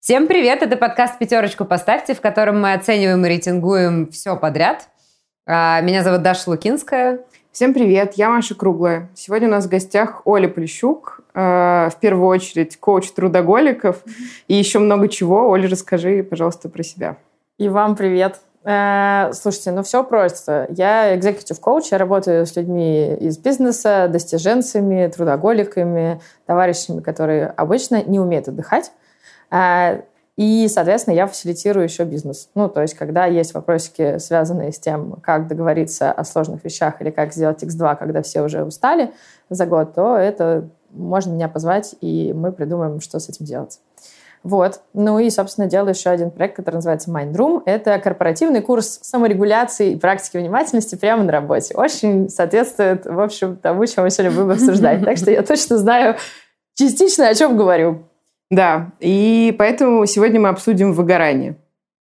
Всем привет! Это подкаст «Пятерочку поставьте», в котором мы оцениваем и рейтингуем все подряд. Меня зовут Даша Лукинская. Всем привет, я Маша Круглая. Сегодня у нас в гостях Оля Полищук, в первую очередь коуч трудоголиков и еще много чего. Оля, расскажи, пожалуйста, про себя. И вам привет. Слушайте, все просто. Я executive коуч, я работаю с людьми из бизнеса, достиженцами, трудоголиками, товарищами, которые обычно не умеют отдыхать. И, соответственно, я фасилитирую еще бизнес. То есть, когда есть вопросики, связанные с тем, как договориться о сложных вещах или как сделать X2, когда все уже устали за год, то это можно меня позвать, и мы придумаем, что с этим делать. Вот. И, собственно, делаю еще один проект, который называется Mind Room. Это корпоративный курс саморегуляции и практики внимательности прямо на работе. Очень соответствует, в общем, тому, чем мы сегодня будем обсуждать. Так что я точно знаю частично, о чем говорю. Да, и поэтому сегодня мы обсудим выгорание.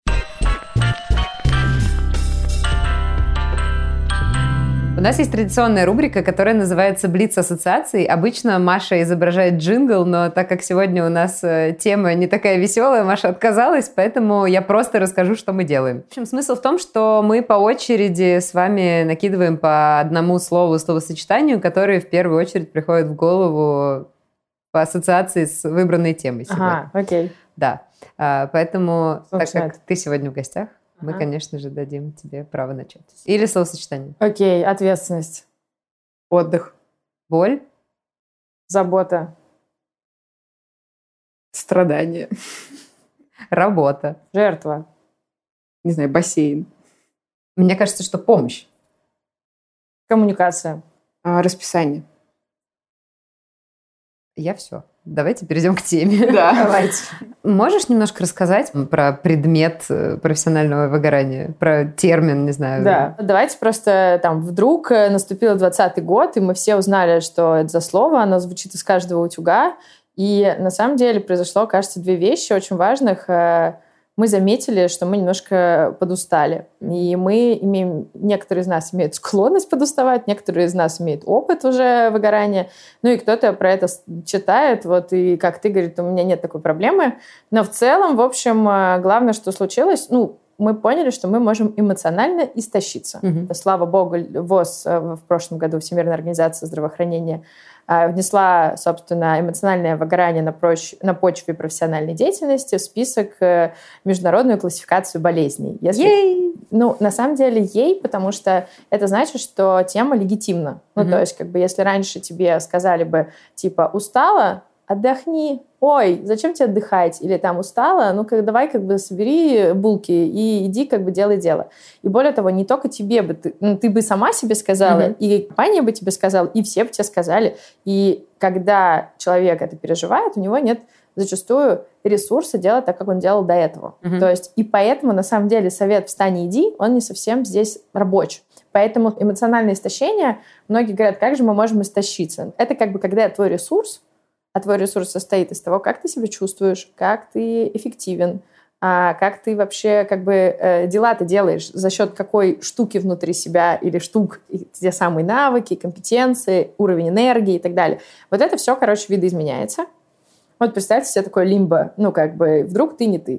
У нас есть традиционная рубрика, которая называется «Блиц ассоциаций». Обычно Маша изображает джингл, но так как сегодня у нас тема не такая веселая, Маша отказалась, поэтому я просто расскажу, что мы делаем. В общем, смысл в том, что мы по очереди с вами накидываем по одному словосочетанию, которые в первую очередь приходят в голову по ассоциации с выбранной темой сегодня. Ага, окей. Да, поэтому, так Собственно, как ты сегодня в гостях, мы, конечно же, дадим тебе право начать. Или словосочетание. Окей, ответственность. Отдых. Боль. Забота. Страдания. Работа. Жертва. Не знаю, бассейн. Мне кажется, что помощь. Коммуникация. Расписание. Я все. Давайте перейдем к теме. Да. Давайте. Можешь немножко рассказать про предмет профессионального выгорания, про термин, не знаю? Да. Давайте просто вдруг наступил 2020 год, и мы все узнали, что это за слово, оно звучит из каждого утюга. И на самом деле произошло, кажется, две вещи очень важных. Мы заметили, что мы немножко подустали. И некоторые из нас имеют склонность подуставать, некоторые из нас имеют опыт уже выгорания. И кто-то про это читает, и как ты, говорит, у меня нет такой проблемы. Но в целом, в общем, главное, что случилось, мы поняли, что мы можем эмоционально истощиться. Слава богу, ВОЗ в прошлом году, Всемирная организация здравоохранения, внесла, собственно, эмоциональное выгорание на почве профессиональной деятельности в список международную классификацию болезней. Ей! На самом деле потому что это значит, что тема легитимна. То есть, если раньше тебе сказали бы, устала, отдохни. Ой, зачем тебе отдыхать? Или устала? Давай собери булки и иди делай дело. И более того, не только тебе бы, ты бы сама себе сказала, и компания бы тебе сказала, и все бы тебе сказали. И когда человек это переживает, у него нет зачастую ресурса делать так, как он делал до этого. То есть, и поэтому, на самом деле, совет «встань и иди», он не совсем здесь рабочий. Поэтому эмоциональное истощение, многие говорят, как же мы можем истощиться? Это когда твой ресурс, а твой ресурс состоит из того, как ты себя чувствуешь, как ты эффективен, как ты вообще дела-то делаешь, за счет какой штуки внутри себя или штук, те самые навыки, компетенции, уровень энергии и так далее. Вот это все, видоизменяется. Представьте себе такое лимбо, вдруг ты не ты.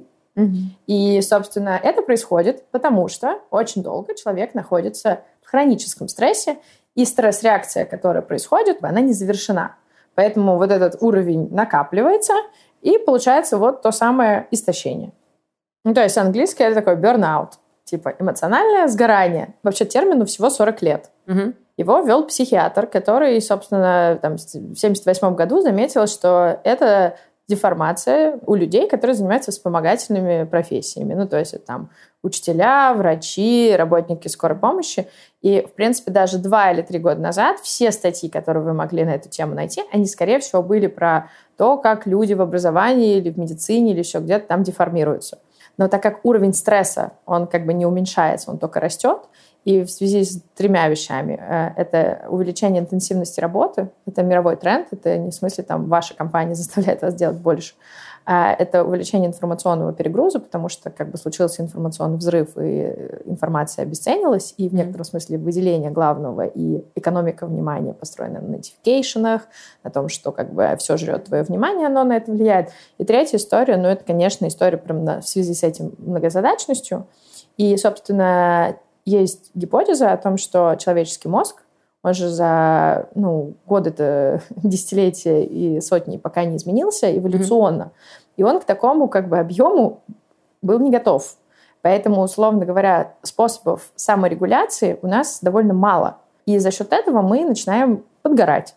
И, собственно, это происходит, потому что очень долго человек находится в хроническом стрессе, и стресс-реакция, которая происходит, она не завершена. Поэтому этот уровень накапливается, и получается то самое истощение. То есть английский это такой burnout, эмоциональное сгорание. Вообще термину всего 40 лет. Его ввел психиатр, который, собственно, в 1978 году заметил, что это деформация у людей, которые занимаются вспомогательными профессиями. То есть это учителя, врачи, работники скорой помощи. И, в принципе, даже 2 или 3 года назад все статьи, которые вы могли на эту тему найти, они, скорее всего, были про то, как люди в образовании или в медицине или еще где-то там деформируются. Но так как уровень стресса, он не уменьшается, он только растет, и в связи с 3 вещами. Это увеличение интенсивности работы, это мировой тренд, это не в смысле ваша компания заставляет вас делать больше. это увеличение информационного перегруза, потому что как бы случился информационный взрыв, и информация обесценилась, и в некотором смысле выделение главного и экономика внимания построена на нотификейшенах, на том, что как бы все жрет твое внимание, оно на это влияет. И третья история, это, конечно, история прямо в связи с этим многозадачностью. И, собственно, есть гипотеза о том, что человеческий мозг, он же за годы, десятилетия и сотни пока не изменился эволюционно. И он к такому как бы объему был не готов. Поэтому, условно говоря, способов саморегуляции у нас довольно мало. И за счет этого мы начинаем подгорать.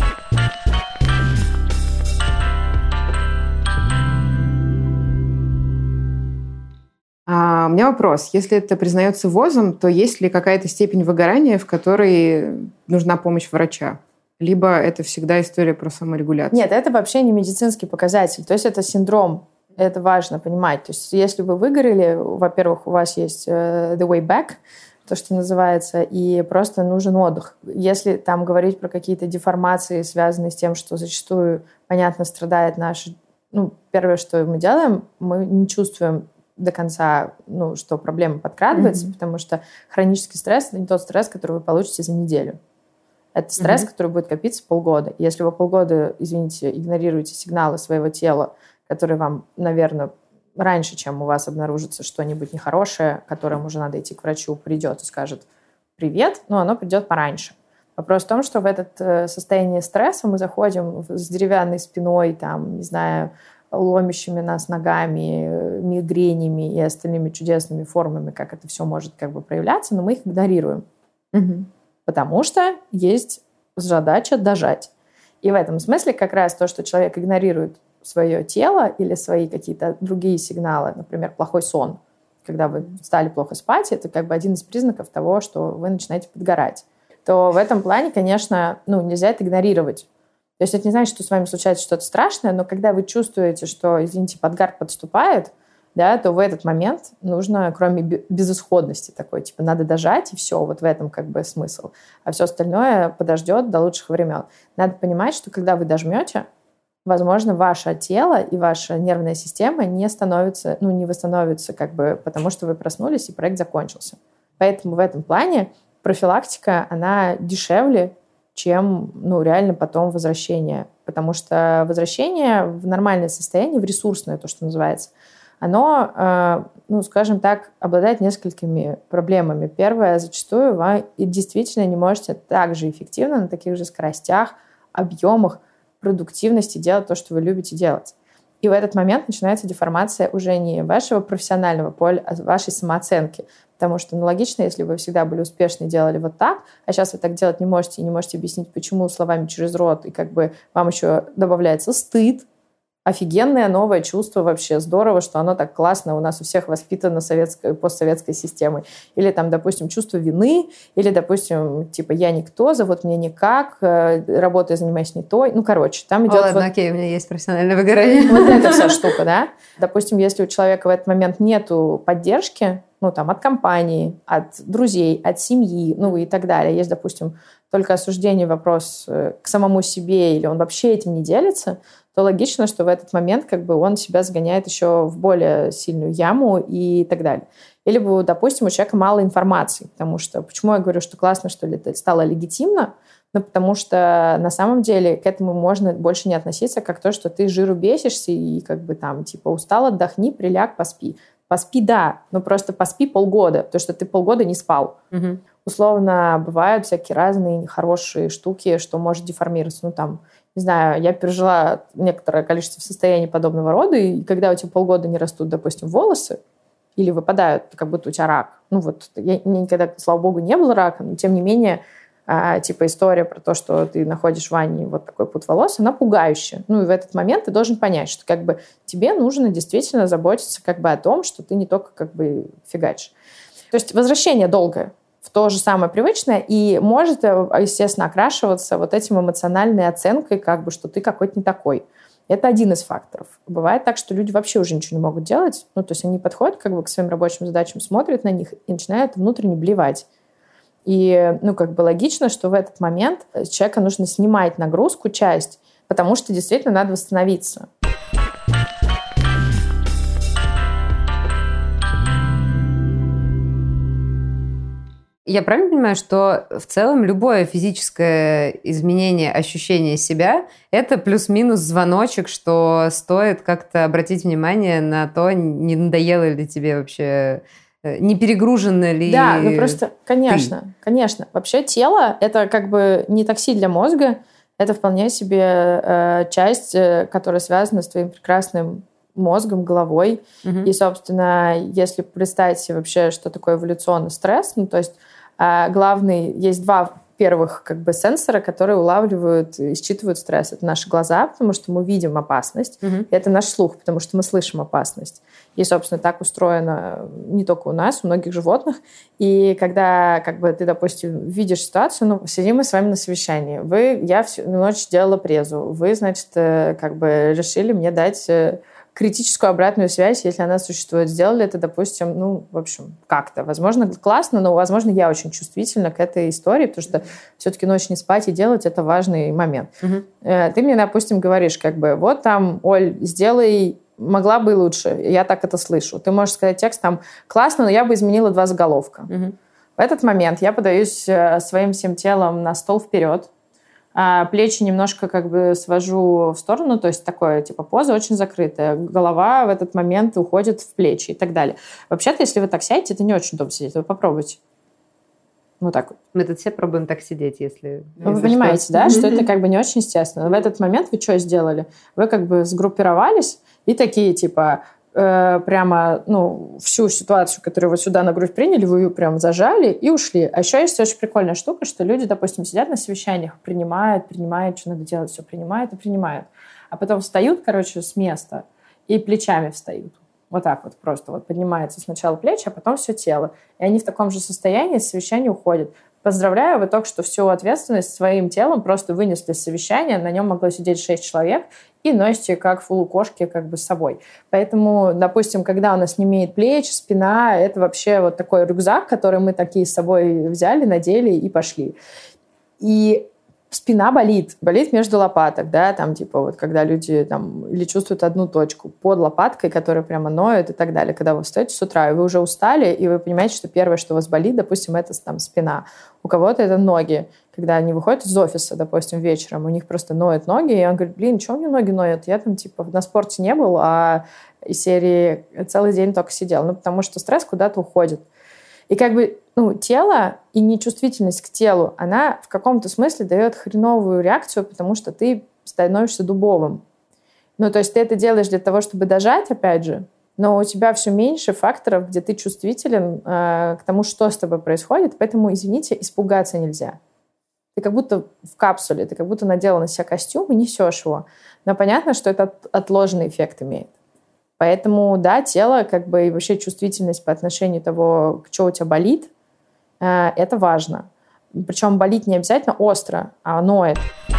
У меня вопрос. Если это признается ВОЗом, то есть ли какая-то степень выгорания, в которой нужна помощь врача? Либо это всегда история про саморегуляцию? Нет, это вообще не медицинский показатель. То есть это синдром. Это важно понимать. То есть если вы выгорели, во-первых, у вас есть the way back, то, что называется, и просто нужен отдых. Если там говорить про какие-то деформации, связанные с тем, что зачастую, понятно, страдает наш... первое, что мы делаем, мы не чувствуем до конца, что проблема подкрадывается, потому что хронический стресс — это не тот стресс, который вы получите за неделю. Это стресс, который будет копиться полгода. Если вы полгода, игнорируете сигналы своего тела, которые вам, наверное, раньше, чем у вас обнаружится что-нибудь нехорошее, которому уже надо идти к врачу, придет и скажет «привет», но оно придет пораньше. Вопрос в том, что в это состояние стресса мы заходим с деревянной спиной, ломящими нас ногами, мигренями и остальными чудесными формами, как это все может проявляться, но мы их игнорируем. Потому что есть задача дожать. И в этом смысле как раз то, что человек игнорирует свое тело или свои какие-то другие сигналы, например, плохой сон, когда вы стали плохо спать, это один из признаков того, что вы начинаете подгорать. То в этом плане, конечно, нельзя это игнорировать. То есть это не значит, что с вами случается что-то страшное, но когда вы чувствуете, что, подгар подступает, то в этот момент нужно, кроме безысходности такой, надо дожать, и все, вот в этом смысл. А все остальное подождет до лучших времен. Надо понимать, что когда вы дожмете, возможно, ваше тело и ваша нервная система не восстановится, потому что вы проснулись, и проект закончился. Поэтому в этом плане профилактика, она дешевле, чем, реально потом возвращение. Потому что возвращение в нормальное состояние, в ресурсное, то, что называется, оно, скажем так, обладает несколькими проблемами. Первое, зачастую вы действительно не можете так же эффективно на таких же скоростях, объемах, продуктивности делать то, что вы любите делать. И в этот момент начинается деформация уже не вашего профессионального поля, а вашей самооценки. Потому что, логично, если вы всегда были успешны и делали вот так, а сейчас вы так делать не можете и не можете объяснить, почему, словами через рот, и вам еще добавляется стыд, офигенное новое чувство вообще. Здорово, что оно так классно у нас у всех воспитано постсоветской системой. Или допустим, чувство вины, или, допустим, я никто, зовут меня никак, работой занимаюсь не той. Там идет... Ладно, окей, у меня есть профессиональное выгорание. Вот эта вся штука, да? Допустим, если у человека в этот момент нету поддержки, от компании, от друзей, от семьи, и так далее. Есть, допустим, только осуждение, вопрос к самому себе, или он вообще этим не делится, то логично, что в этот момент он себя загоняет еще в более сильную яму и так далее. Или, допустим, у человека мало информации, потому что... Почему я говорю, что классно, что это стало легитимно? Потому что на самом деле к этому можно больше не относиться, как то, что ты жиру бесишься и устал, отдохни, приляг, поспи. Поспи, да, но просто поспи полгода, потому что ты полгода не спал. Условно, бывают всякие разные хорошие штуки, что может деформироваться. Не знаю, я пережила некоторое количество состояний подобного рода, и когда у тебя полгода не растут, допустим, волосы, или выпадают, как будто у тебя рак. Я никогда, слава богу, не было рака, но тем не менее, история про то, что ты находишь в ванне вот такой пуд волос, она пугающая. И в этот момент ты должен понять, что тебе нужно действительно заботиться о том, что ты не только фигачишь. То есть возвращение долгое в то же самое привычное и может, естественно, окрашиваться вот этим эмоциональной оценкой, что ты какой-то не такой. Это один из факторов. Бывает так, что люди вообще уже ничего не могут делать. То есть они подходят к своим рабочим задачам, смотрят на них и начинают внутренне блевать. И, логично, что в этот момент с человека нужно снимать нагрузку, часть, потому что действительно надо восстановиться. Я правильно понимаю, что в целом любое физическое изменение ощущения себя – это плюс-минус звоночек, что стоит как-то обратить внимание на то, не надоело ли тебе вообще, не перегружено ли. Да, ну просто, конечно. Вообще тело – это как бы не такси для мозга, это вполне себе часть, которая связана с твоим прекрасным мозгом, головой. И, собственно, если представить себе вообще, что такое эволюционный стресс, ну, то есть главный, есть два первых как бы сенсора, которые улавливают и считывают стресс. Это наши глаза, потому что мы видим опасность, и это наш слух, потому что мы слышим опасность. И, собственно, так устроено не только у нас, у многих животных. И когда как бы, ты, допустим, видишь ситуацию, ну, сидим мы с вами на совещании, я всю ночь делала презу, вы, значит, как бы решили мне дать критическую обратную связь, если она существует. Сделали это, допустим, ну, в общем, как-то. Возможно, классно, но, возможно, я очень чувствительна к этой истории, потому что все-таки ночь не спать и делать — это важный момент. Ты мне, допустим, говоришь, как бы, вот там, Оль, сделай, могла бы и лучше. Я так это слышу. Ты можешь сказать текст там, классно, но я бы изменила 2 заголовка. В этот момент я подаюсь своим всем телом на стол вперед, плечи немножко как бы свожу в сторону, то есть такое, типа, поза очень закрытая. Голова в этот момент уходит в плечи и так далее. Вообще-то, если вы так сядете, это не очень удобно сидеть. Вы попробуйте. Вот так вот. Мы тут все пробуем так сидеть, если... Вы понимаете, что... да, что это как бы не очень естественно. В этот момент вы что сделали? Вы как бы сгруппировались и такие, типа... прямо, ну, всю ситуацию, которую вы сюда на грудь приняли, вы ее прям зажали и ушли. А еще есть очень прикольная штука, что люди, допустим, сидят на совещаниях, принимают, что надо делать, все принимают и принимают. А потом встают, короче, с места и плечами встают. Вот так вот просто. Вот поднимается сначала плечи, а потом все тело. И они в таком же состоянии с совещания уходят. Поздравляю, вы только что всю ответственность своим телом просто вынесли с совещания, на нем могло сидеть 6 человек, и носите как фулу-кошки как бы с собой. Поэтому, допустим, когда у нас не имеет плеч, спина, это вообще вот такой рюкзак, который мы такие с собой взяли, надели и пошли. И спина болит между лопаток, да, там типа вот когда люди там или чувствуют одну точку под лопаткой, которая прямо ноет и так далее. Когда вы встаете с утра, и вы уже устали, и вы понимаете, что первое, что у вас болит, допустим, это там спина. У кого-то это ноги. Когда они выходят из офиса, допустим, вечером, у них просто ноют ноги, и он говорит, блин, чего у меня ноги ноют? Я там типа на спорте не был, а из серии целый день только сидел. Ну, потому что стресс куда-то уходит. И как бы, ну, тело и нечувствительность к телу, она в каком-то смысле дает хреновую реакцию, потому что ты становишься дубовым. Ну, то есть ты это делаешь для того, чтобы дожать, опять же, но у тебя все меньше факторов, где ты чувствителен к тому, что с тобой происходит, поэтому, извините, испугаться нельзя. Ты как будто в капсуле, ты как будто надела на себя костюм и несешь его. Но понятно, что это отложенный эффект имеет. Поэтому, да, тело, как бы, и вообще чувствительность по отношению того, что у тебя болит, это важно. Причем болит не обязательно остро, а ноет.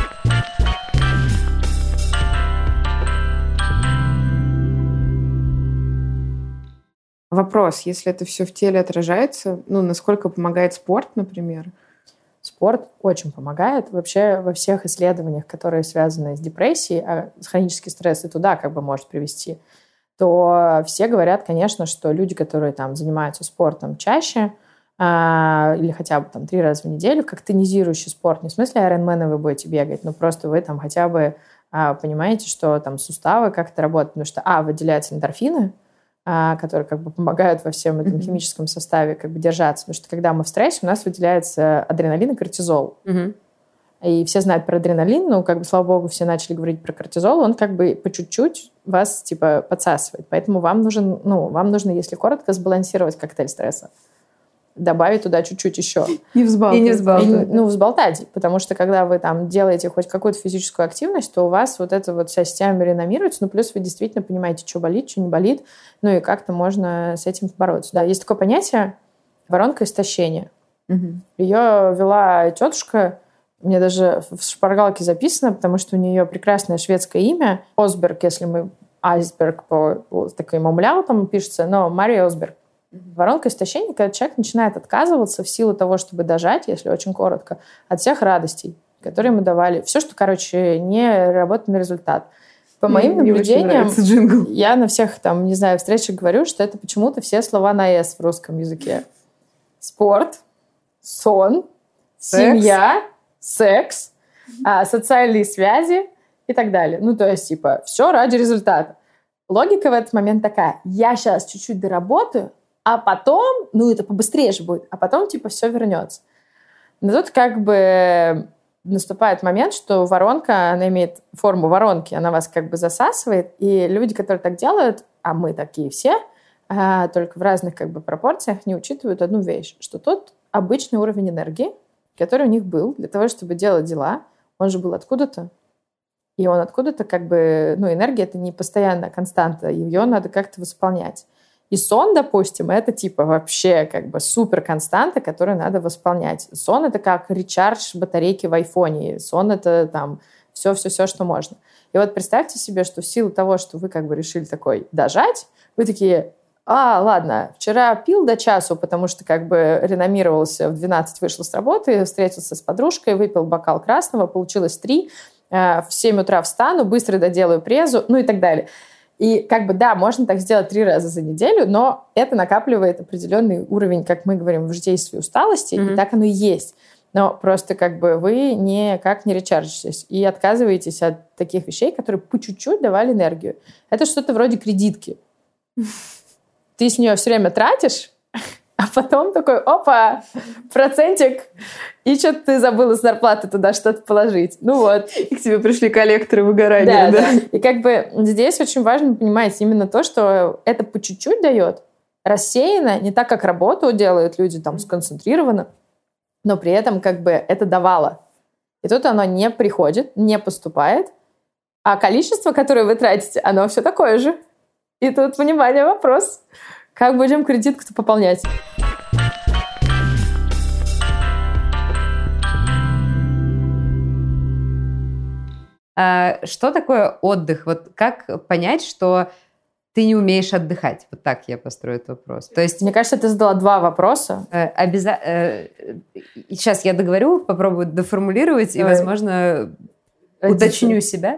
Вопрос, если это все в теле отражается, ну, насколько помогает спорт, например? Спорт очень помогает. Вообще во всех исследованиях, которые связаны с депрессией, а хронический стресс и туда как бы может привести, то все говорят, конечно, что люди, которые там занимаются спортом чаще или хотя бы там 3 раза в неделю, как тонизирующий спорт, не в смысле айронмена вы будете бегать, но просто вы там хотя бы понимаете, что там суставы как это работает, потому что выделяются эндорфины, которые как бы помогают во всем этом химическом составе как бы держаться, потому что когда мы в стрессе, у нас выделяется адреналин и кортизол. И все знают про адреналин, но, как бы, слава богу, все начали говорить про кортизол, он как бы по чуть-чуть вас, типа, подсасывает. Поэтому вам нужно, если коротко, сбалансировать коктейль стресса. Добавить туда чуть-чуть еще. Не взбалтывать. И не взбалтывать. Взболтать. Потому что, когда вы там делаете хоть какую-то физическую активность, то у вас вот эта вот вся система реномируется, плюс вы действительно понимаете, что болит, что не болит, и как-то можно с этим бороться. Да, есть такое понятие воронка истощения. Ее вела тетушка, мне даже в шпаргалке записано, потому что у нее прекрасное шведское имя. Осберг, если мы айсберг по таким умлятам пишется, но Мария Осберг. Воронка истощения, когда человек начинает отказываться в силу того, чтобы дожать, если очень коротко, от всех радостей, которые ему давали. Все, что, короче, не работает на результат. По моим наблюдениям, я на всех там, не знаю, встречах говорю, что это почему-то все слова на «с» в русском языке. Спорт, сон, семья, секс, социальные связи и так далее. Ну, то есть, типа, все ради результата. Логика в этот момент такая: я сейчас чуть-чуть доработаю, а потом, ну, это побыстрее же будет, а потом, типа, все вернется. Но тут как бы наступает момент, что воронка, она имеет форму воронки, она вас как бы засасывает, и люди, которые так делают, а мы такие все, только в разных как бы пропорциях, не учитывают одну вещь, что тот обычный уровень энергии, который у них был для того, чтобы делать дела, он же был откуда-то. И он откуда-то как бы... Ну, энергия — это не постоянная константа, ее надо как-то восполнять. И сон, допустим, это типа вообще как бы супер константа, которую надо восполнять. Сон — это как речардж батарейки в айфоне. Сон — это там все, что можно. И вот представьте себе, что в силу того, что вы как бы решили такой дожать, вы такие: ладно, вчера пил до часу, потому что как бы реномировался, в 12 вышел с работы, встретился с подружкой, выпил бокал красного, получилось 3, в 7 утра встану, быстро доделаю презу, ну и так далее. И как бы, да, можно так сделать 3 раза за неделю, но это накапливает определенный уровень, как мы говорим, в житейской усталости, и так оно и есть. Но просто как бы вы никак не речаржитесь и отказываетесь от таких вещей, которые по чуть-чуть давали энергию. Это что-то вроде кредитки. Ты с нее все время тратишь, а потом такой: опа, процентик, и что-то ты забыла с зарплаты туда что-то положить. Ну вот. И к тебе пришли коллекторы выгорания, да? И как бы здесь очень важно понимать именно то, что это по чуть-чуть дает, рассеянно, не так, как работу делают люди там сконцентрированно, но при этом как бы это давало. И тут оно не приходит, не поступает, а количество, которое вы тратите, оно все такое же. И тут, внимание, вопрос: как будем кредитку-то пополнять? Что такое отдых? Вот как понять, что ты не умеешь отдыхать? Вот так я построю этот вопрос. То есть, мне кажется, ты задала 2 вопроса. Сейчас я договорю, попробую доформулировать и, возможно, уточню себя.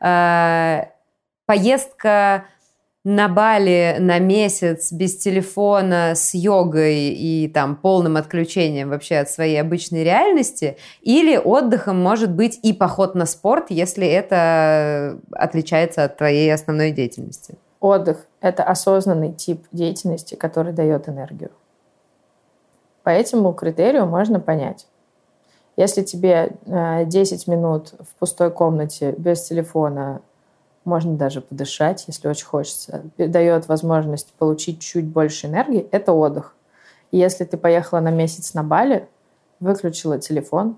Поездка на Бали на месяц без телефона, с йогой и там полным отключением вообще от своей обычной реальности, или отдыхом может быть и поход на спорт, если это отличается от твоей основной деятельности? Отдых — это осознанный тип деятельности, который дает энергию. По этому критерию можно понять. Если тебе 10 минут в пустой комнате без телефона, можно даже подышать, если очень хочется, дает возможность получить чуть больше энергии, это отдых. И если ты поехала на месяц на Бали, выключила телефон,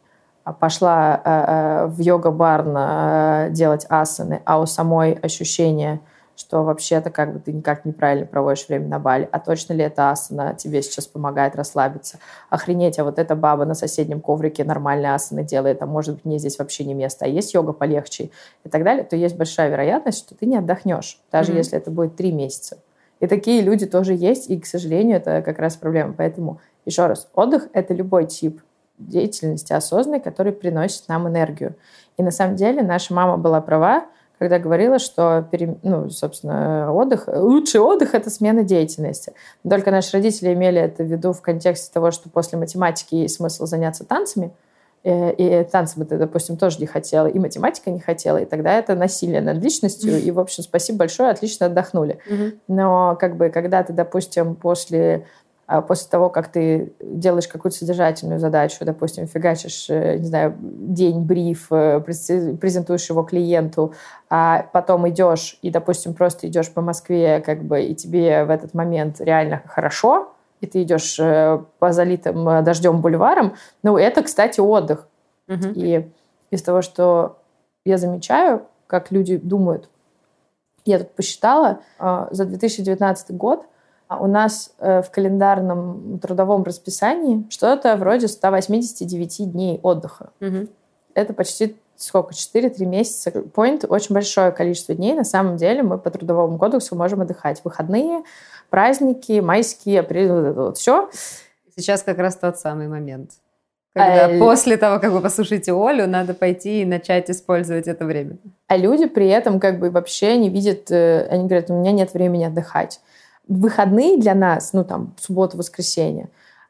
пошла в йога-бар делать асаны, а у самой ощущение, что вообще-то как бы ты никак неправильно проводишь время на Бали, а точно ли эта асана тебе сейчас помогает расслабиться? Охренеть, а вот эта баба на соседнем коврике нормальные асаны делает, а может быть, мне здесь вообще не место, а есть йога полегче и так далее, то есть большая вероятность, что ты не отдохнешь, даже если это будет 3 месяца. И такие люди тоже есть, и, к сожалению, это как раз проблема. Поэтому, еще раз, отдых — это любой тип деятельности осознанной, который приносит нам энергию. И на самом деле наша мама была права, когда говорила, что, собственно, лучший отдых — это смена деятельности. Только наши родители имели это в виду в контексте того, что после математики есть смысл заняться танцами, и танцы бы ты, допустим, тоже не хотела, и математика не хотела, и тогда это насилие над личностью, и, в общем, спасибо большое, отлично отдохнули. Но, как бы, когда ты, допустим, после того, как ты делаешь какую-то содержательную задачу, допустим, фигачишь, не знаю, день, бриф, презентуешь его клиенту, а потом идешь и, допустим, просто идешь по Москве, как бы, и тебе в этот момент реально хорошо, и ты идешь по залитым дождем бульварам, ну, это, кстати, отдых. И из того, что я замечаю, как люди думают, я тут посчитала, за 2019 год у нас в календарном трудовом расписании что-то вроде 189 дней отдыха. Это почти 4-3 месяца. Point — очень большое количество дней. На самом деле мы по трудовому кодексу можем отдыхать. Выходные, праздники, майские, апрель, вот это вот все. Сейчас как раз тот самый момент. Когда после того, как вы послушаете Олю, надо пойти и начать использовать это время. А люди при этом как бы вообще не видят, они говорят: у меня нет времени отдыхать. Выходные для нас, ну там, суббота, воскресенье,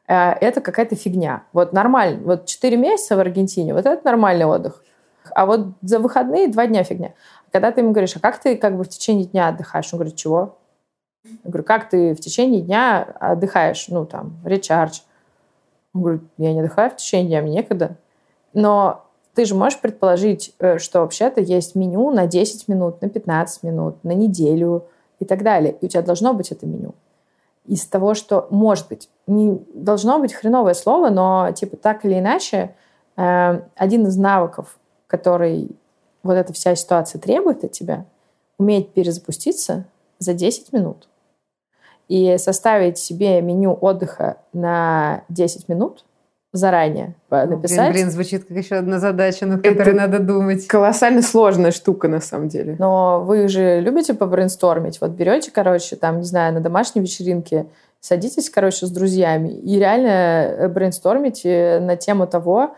это какая-то фигня. Вот нормально. Вот 4 месяца в Аргентине, вот это нормальный отдых. А вот за выходные 2 дня фигня. Когда ты ему говоришь, а как ты как бы в течение дня отдыхаешь? Он говорит, чего? Я говорю, как ты в течение дня отдыхаешь? Ну, там, речардж. Он говорит, я не отдыхаю в течение дня, мне некогда. Но ты же можешь предположить, что вообще-то есть меню на 10 минут, на 15 минут, на неделю и так далее. И у тебя должно быть это меню. Из того, что, может быть, не должно быть хреновое слово, но типа так или иначе, один из навыков, который вот эта вся ситуация требует от тебя, уметь перезапуститься за 10 минут и составить себе меню отдыха на 10 минут заранее, написать. Блин, звучит как еще одна задача, над которой надо думать. Колоссально сложная штука, на самом деле. Но вы же любите побрейнстормить. Вот берете, короче, там, не знаю, на домашней вечеринке, садитесь, короче, с друзьями и реально брейнстормите на тему того,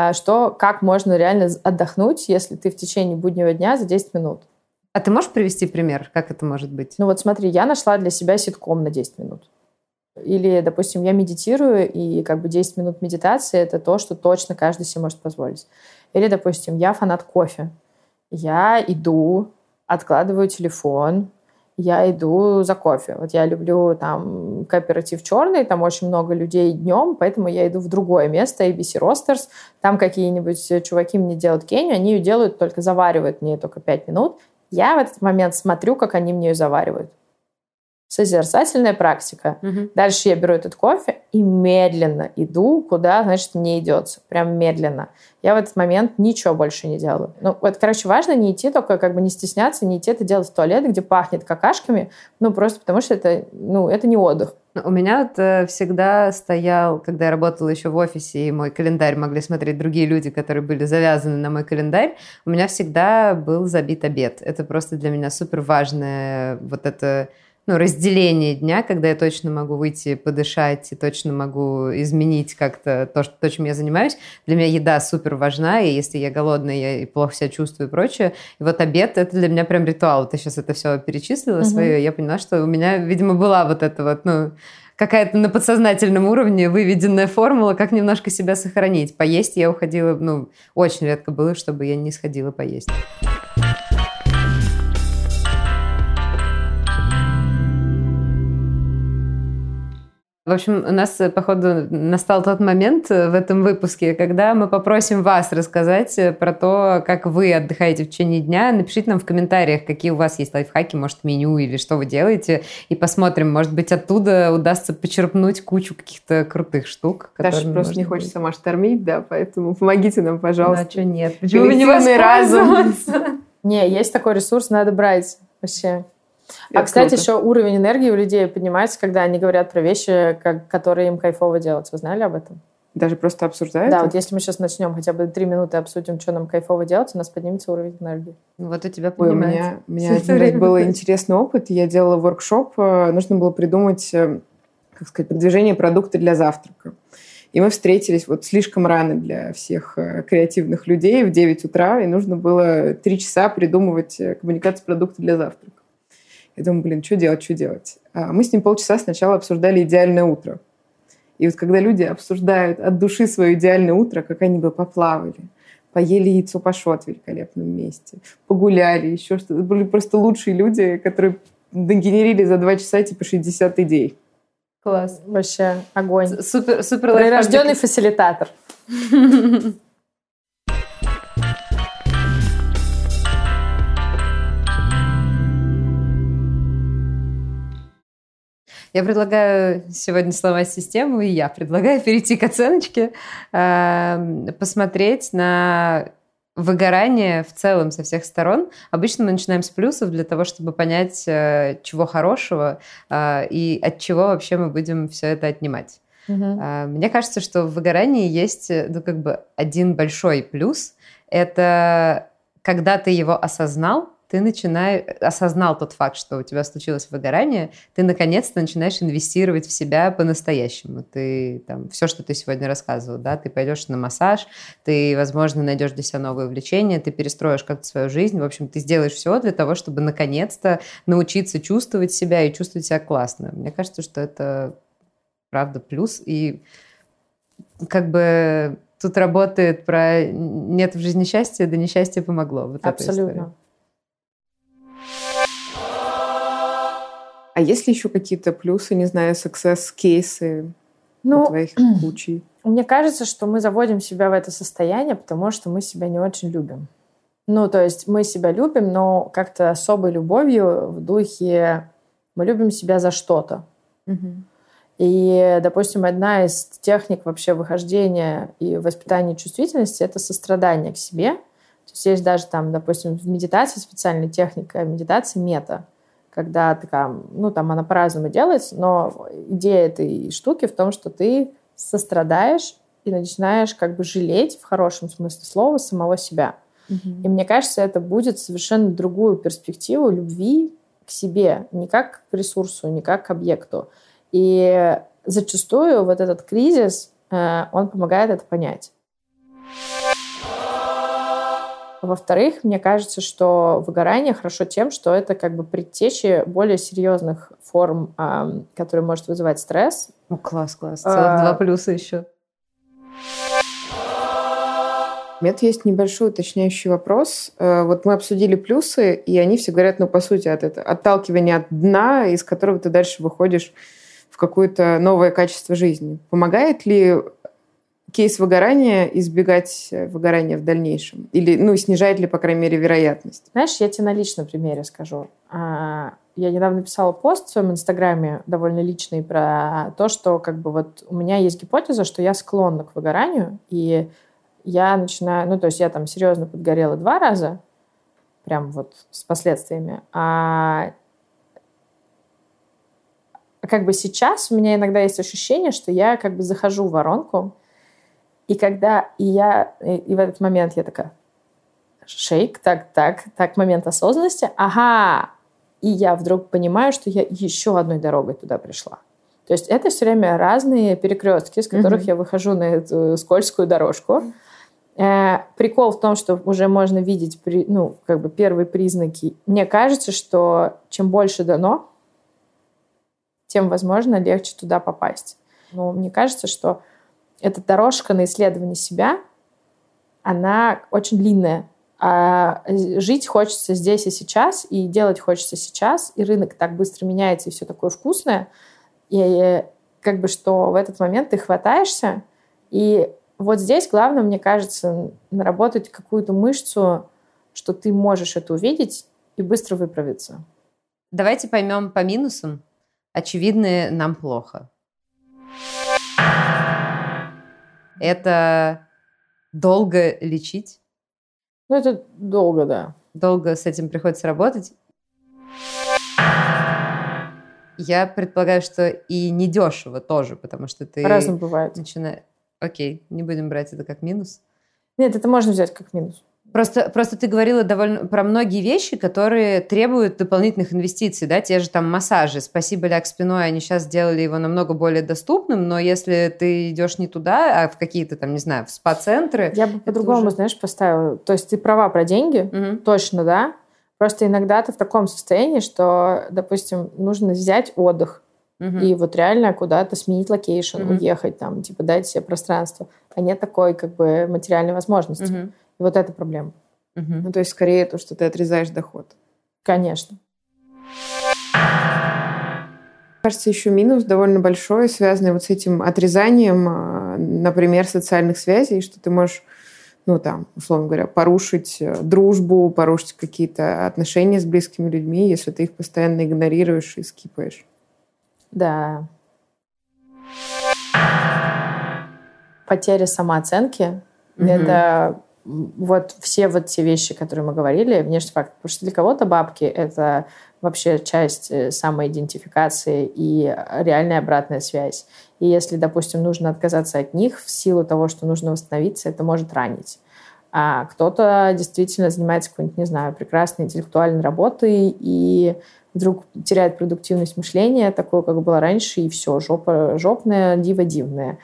как можно реально отдохнуть, если ты в течение буднего дня за 10 минут. А ты можешь привести пример, как это может быть? Ну вот смотри, я нашла для себя ситком на 10 минут. Или, допустим, я медитирую, и как бы 10 минут медитации — это то, что точно каждый себе может позволить. Или, допустим, я фанат кофе. Я иду, откладываю телефон, я иду за кофе. Вот я люблю там кооператив «Черный», там очень много людей днем, поэтому я иду в другое место, ABC Roasters. Там какие-нибудь чуваки мне делают кению, они ее делают, только заваривают мне только 5 минут. Я в этот момент смотрю, как они мне ее заваривают. Созерцательная практика. Дальше я беру этот кофе и медленно иду, куда, значит, мне идется. Прям медленно. Я в этот момент ничего больше не делаю. Ну, вот, короче, важно не идти, только как бы не стесняться, не идти это делать в туалет, где пахнет какашками, ну, просто потому что это не отдых. У меня вот всегда стоял, когда я работала еще в офисе, и мой календарь могли смотреть другие люди, которые были завязаны на мой календарь, у меня всегда был забит обед. Это просто для меня супер важное вот это... разделение дня, когда я точно могу выйти подышать и точно могу изменить как-то то, чем я занимаюсь. Для меня еда супер важна, и если я голодная, я и плохо себя чувствую и прочее. И вот обед — это для меня прям ритуал. Ты сейчас это все перечислила свое, и я поняла, что у меня, видимо, была вот эта вот, какая-то на подсознательном уровне выведенная формула, как немножко себя сохранить. Поесть я уходила, очень редко было, чтобы я не сходила поесть. В общем, у нас, походу, настал тот момент в этом выпуске, когда мы попросим вас рассказать про то, как вы отдыхаете в течение дня. Напишите нам в комментариях, какие у вас есть лайфхаки, может, меню или что вы делаете, и посмотрим. Может быть, оттуда удастся почерпнуть кучу каких-то крутых штук. Даша просто не хочет сама штормить, да, поэтому помогите нам, пожалуйста. Да, что нет? Почему вы не воспользоваться? Не, есть такой ресурс, надо брать вообще. Это кстати, круто. еще уровень энергии у людей поднимается, когда они говорят про вещи, которые им кайфово делать. Вы знали об этом? Даже просто обсуждают? Да, вот если мы сейчас начнем хотя бы 3 минуты обсудим, что нам кайфово делать, у нас поднимется уровень энергии. Вот у тебя Ой, у поднимается. меня один раз был интересный опыт. Я делала воркшоп, нужно было придумать, продвижение продукта для завтрака. И мы встретились вот слишком рано для всех креативных людей в 9 утра, и нужно было 3 часа придумывать коммуникацию продукта для завтрака. Я думаю, что делать? Мы с ним полчаса сначала обсуждали идеальное утро. И вот когда люди обсуждают от души свое идеальное утро, как они бы поплавали, поели яйцо пашот в великолепном месте, погуляли, еще что-то. Это были просто лучшие люди, которые нагенерили за 2 часа типа 60 идей. Класс. Вообще огонь. Супер Прирожденный фасилитатор. Я предлагаю сегодня сломать систему, и я предлагаю перейти к оценочке, посмотреть на выгорание в целом со всех сторон. Обычно мы начинаем с плюсов для того, чтобы понять, чего хорошего и от чего вообще мы будем все это отнимать. Мне кажется, что в выгорании есть один большой плюс. Это когда ты его осознал, осознал тот факт, что у тебя случилось выгорание, ты наконец-то начинаешь инвестировать в себя по-настоящему. Ты все, что ты сегодня рассказывал, да, ты пойдешь на массаж, ты, возможно, найдешь для себя новое увлечение, ты перестроишь как-то свою жизнь. В общем, ты сделаешь все для того, чтобы наконец-то научиться чувствовать себя и чувствовать себя классно. Мне кажется, что это правда, плюс. И как бы тут работает про «нет в жизни счастья, да несчастье помогло». Вот Абсолютно. А есть ли еще какие-то плюсы, не знаю, success-кейсы твоих кучей? Мне кажется, что мы заводим себя в это состояние, потому что мы себя не очень любим. То есть мы себя любим, но как-то особой любовью в духе мы любим себя за что-то. И, допустим, одна из техник вообще выхождения и воспитания чувствительности — это сострадание к себе. То есть даже там, допустим, в медитации специальная техника медитации мета, когда ты там она по-разному делается, но идея этой штуки в том, что ты сострадаешь и начинаешь как бы жалеть в хорошем смысле слова самого себя. И мне кажется, это будет совершенно другую перспективу любви к себе, не как к ресурсу, не как к объекту. И зачастую вот этот кризис, он помогает это понять. Во-вторых, мне кажется, что выгорание хорошо тем, что это как бы предтечи более серьезных форм, которые может вызывать стресс. Класс. Целых 2 плюса еще. У меня есть небольшой уточняющий вопрос. Вот мы обсудили плюсы, и они все говорят, по сути, отталкивание от дна, из которого ты дальше выходишь в какое-то новое качество жизни. Помогает ли кейс выгорания избегать выгорания в дальнейшем? Или, снижает ли, по крайней мере, вероятность? Знаешь, я тебе на личном примере скажу. Я недавно писала пост в своем инстаграме, довольно личный, про то, что как бы вот у меня есть гипотеза, что я склонна к выгоранию, и я начинаю... то есть я там серьезно подгорела 2 раза, прям вот с последствиями. А как бы сейчас у меня иногда есть ощущение, что я как бы захожу в воронку, и в этот момент я такая, шейк, так, момент осознанности, ага, и я вдруг понимаю, что я еще одной дорогой туда пришла. То есть это все время разные перекрестки, с которых я выхожу на эту скользкую дорожку. Прикол в том, что уже можно видеть первые признаки. Мне кажется, что чем больше дано, тем, возможно, легче туда попасть. Но мне кажется, что эта дорожка на исследование себя, она очень длинная. А жить хочется здесь и сейчас, и делать хочется сейчас, и рынок так быстро меняется, и все такое вкусное. И как бы что в этот момент ты хватаешься, и вот здесь главное, мне кажется, наработать какую-то мышцу, что ты можешь это увидеть и быстро выправиться. Давайте поймем по минусам. Очевидно, нам плохо. Это долго лечить. Это долго, да. Долго с этим приходится работать. Я предполагаю, что и недешево тоже, потому что ты... По-разному бывает. Окей, не будем брать это как минус. Нет, это можно взять как минус. Просто ты говорила про многие вещи, которые требуют дополнительных инвестиций, да, те же там массажи. Спасибо Ляг Спиной, они сейчас сделали его намного более доступным, но если ты идешь не туда, а в какие-то там, не знаю, в спа-центры... Я бы по-другому, уже... поставила. То есть ты права про деньги, точно, да. Просто иногда ты в таком состоянии, что, допустим, нужно взять отдых и вот реально куда-то сменить локейшн, уехать там, дать себе пространство. А нет такой как бы материальной возможности. И вот это проблема. То есть скорее то, что ты отрезаешь доход. Конечно. Кажется, еще минус довольно большой, связанный вот с этим отрезанием, например, социальных связей, что ты можешь, условно говоря, порушить дружбу, порушить какие-то отношения с близкими людьми, если ты их постоянно игнорируешь и скипаешь. Да. Потеря самооценки — это вот все те вещи, которые мы говорили, внешний фактор. Потому что для кого-то бабки — это вообще часть самоидентификации и реальная обратная связь. И если, допустим, нужно отказаться от них в силу того, что нужно восстановиться, это может ранить. А кто-то действительно занимается какой-нибудь, не знаю, прекрасной интеллектуальной работой и вдруг теряет продуктивность мышления, такое, как было раньше, и все, жопа жопная, дива дивная.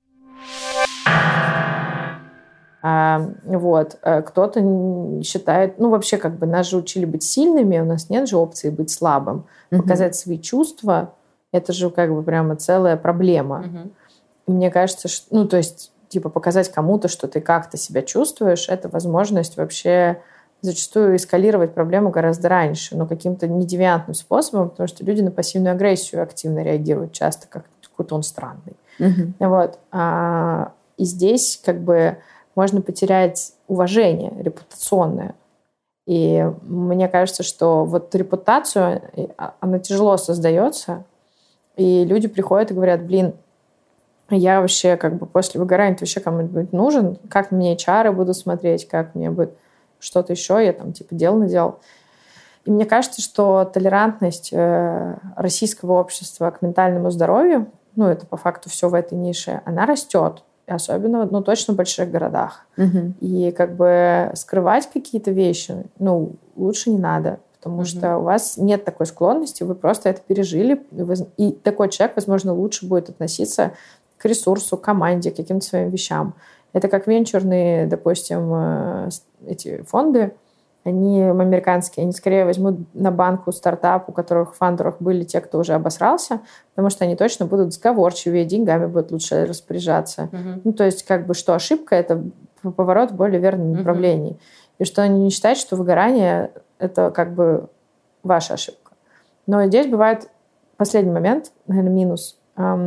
Кто-то считает, вообще вообще нас же учили быть сильными, у нас нет же опции быть слабым. Показать свои чувства — Это же как бы прямо целая проблема. И мне кажется, что, ну, то есть, типа, показать кому-то, что ты как-то себя чувствуешь, это возможность вообще зачастую эскалировать проблему гораздо раньше, но каким-то недевиантным способом, потому что люди на пассивную агрессию активно реагируют часто, как какой-то он странный. Вот. И здесь как бы можно потерять уважение репутационное. И мне кажется, что вот репутацию, она тяжело создается, и люди приходят и говорят, блин, я вообще как бы после выгорания вообще кому-нибудь нужен, как мне HR будут смотреть, как мне будет что-то еще, я там типа дел наделал. И мне кажется, что толерантность российского общества к ментальному здоровью, ну это по факту все в этой нише, она растет. И особенно, ну, точно в больших городах. И как бы скрывать какие-то вещи, ну, лучше не надо, потому что у вас нет такой склонности, вы просто это пережили, и такой человек, возможно, лучше будет относиться к ресурсу, к команде, к каким-то своим вещам. Это как венчурные, допустим, эти фонды, они американские, они скорее возьмут на банку стартап, у которых в фандерах были те, кто уже обосрался, потому что они точно будут сговорчивее, деньгами будут лучше распоряжаться. Ну, то есть, как бы, что ошибка — это поворот в более верном направлении. И что они не считают, что выгорание — это как бы ваша ошибка. Но здесь бывает последний момент, наверное, минус.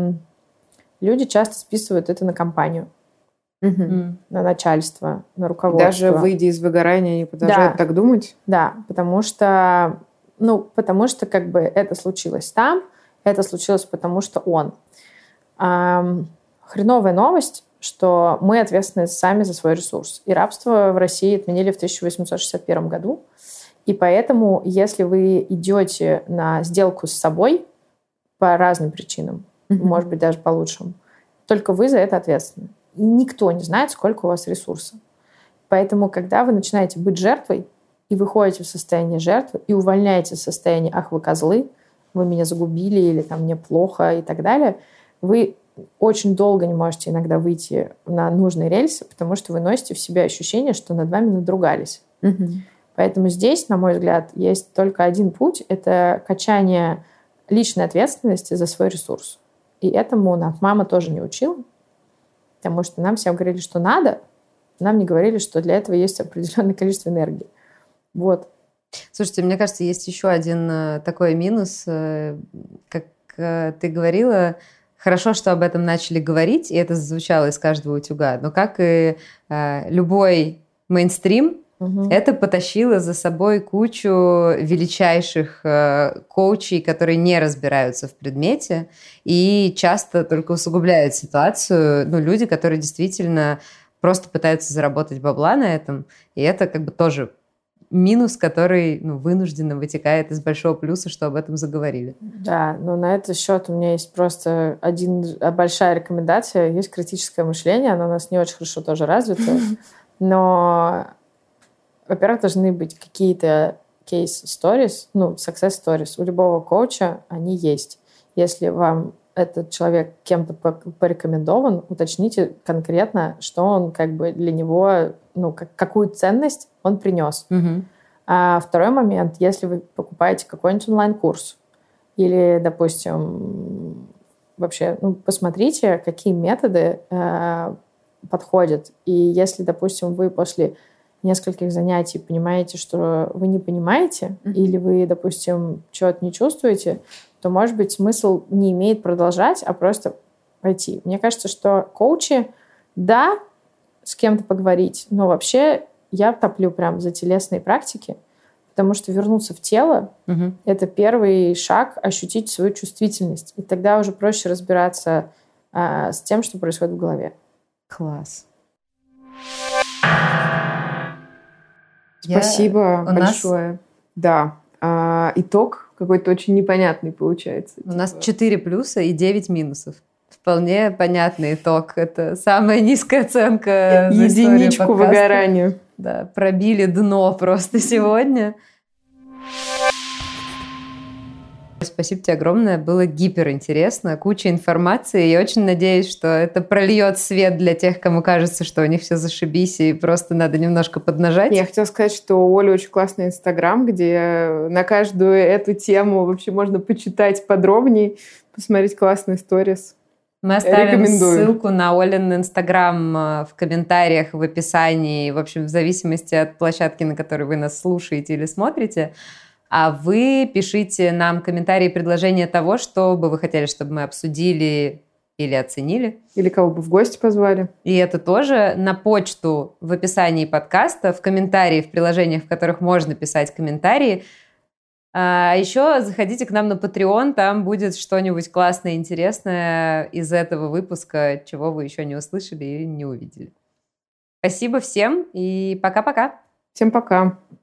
Люди часто списывают это на компанию. На начальство, на руководство. Даже выйдя из выгорания, они продолжают так думать? Да, потому что как бы это случилось там, это случилось потому что он. Хреновая новость, что мы ответственны сами за свой ресурс. И рабство в России отменили в 1861 году. И поэтому, если вы идете на сделку с собой по разным причинам, может быть, даже по лучшему, только вы за это ответственны. И никто не знает, сколько у вас ресурсов. Поэтому, когда вы начинаете быть жертвой, и выходите в состояние жертвы, и увольняете в состояние «ах, вы козлы», «вы меня загубили» или «там мне плохо» и так далее, вы очень долго не можете иногда выйти на нужные рельсы, потому что вы носите в себе ощущение, что над вами надругались. Поэтому здесь, на мой взгляд, есть только один путь — это качание личной ответственности за свой ресурс. И этому нас мама тоже не учила. Потому что нам всем говорили, что надо, нам не говорили, что для этого есть определенное количество энергии. Вот. Слушайте, мне кажется, есть еще один такой минус. Как ты говорила, хорошо, что об этом начали говорить, и это звучало из каждого утюга. Но как и любой мейнстрим, это потащило за собой кучу величайших коучей, которые не разбираются в предмете и часто только усугубляют ситуацию. Ну, люди, которые действительно просто пытаются заработать бабла на этом. И это как бы тоже минус, который вынужденно вытекает из большого плюса, что об этом заговорили. Да, но на этот счет у меня есть просто большая рекомендация. Есть критическое мышление, оно у нас не очень хорошо тоже развито, но... Во-первых, должны быть какие-то кейс-сторис, success stories. У любого коуча они есть. Если вам этот человек кем-то порекомендован, уточните конкретно, что он как бы для него, какую ценность он принес. А второй момент, если вы покупаете какой-нибудь онлайн-курс или, допустим, вообще, посмотрите, какие методы подходят. И если, допустим, вы после нескольких занятий понимаете, что вы не понимаете, или вы, допустим, чего-то не чувствуете, то, может быть, смысл не имеет продолжать, а просто пойти. Мне кажется, что коучи, да, с кем-то поговорить, но вообще я топлю прям за телесные практики, потому что вернуться в тело — это первый шаг ощутить свою чувствительность. И тогда уже проще разбираться с тем, что происходит в голове. Класс. Спасибо большое. Да. Итог какой-то очень непонятный получается. У нас 4 плюса и 9 минусов. Вполне понятный итог. Это самая низкая оценка за единичку выгоранию. Да, пробили дно просто сегодня. Спасибо тебе огромное, было гиперинтересно, куча информации. Я очень надеюсь, что это прольет свет для тех, кому кажется, что у них все зашибись и просто надо немножко поднажать. Я хотела сказать, что у Оли очень классный Инстаграм, где на каждую эту тему вообще можно почитать подробнее, посмотреть классные сторис. Мы оставим ссылку на Олин Инстаграм в комментариях, в описании, в общем, в зависимости от площадки, на которой вы нас слушаете или смотрите. А вы пишите нам комментарии и предложения того, что бы вы хотели, чтобы мы обсудили или оценили. Или кого бы в гости позвали. И это тоже на почту в описании подкаста, в комментарии, в приложениях, в которых можно писать комментарии. А еще заходите к нам на Patreon, там будет что-нибудь классное, интересное из этого выпуска, чего вы еще не услышали или не увидели. Спасибо всем и пока-пока. Всем пока.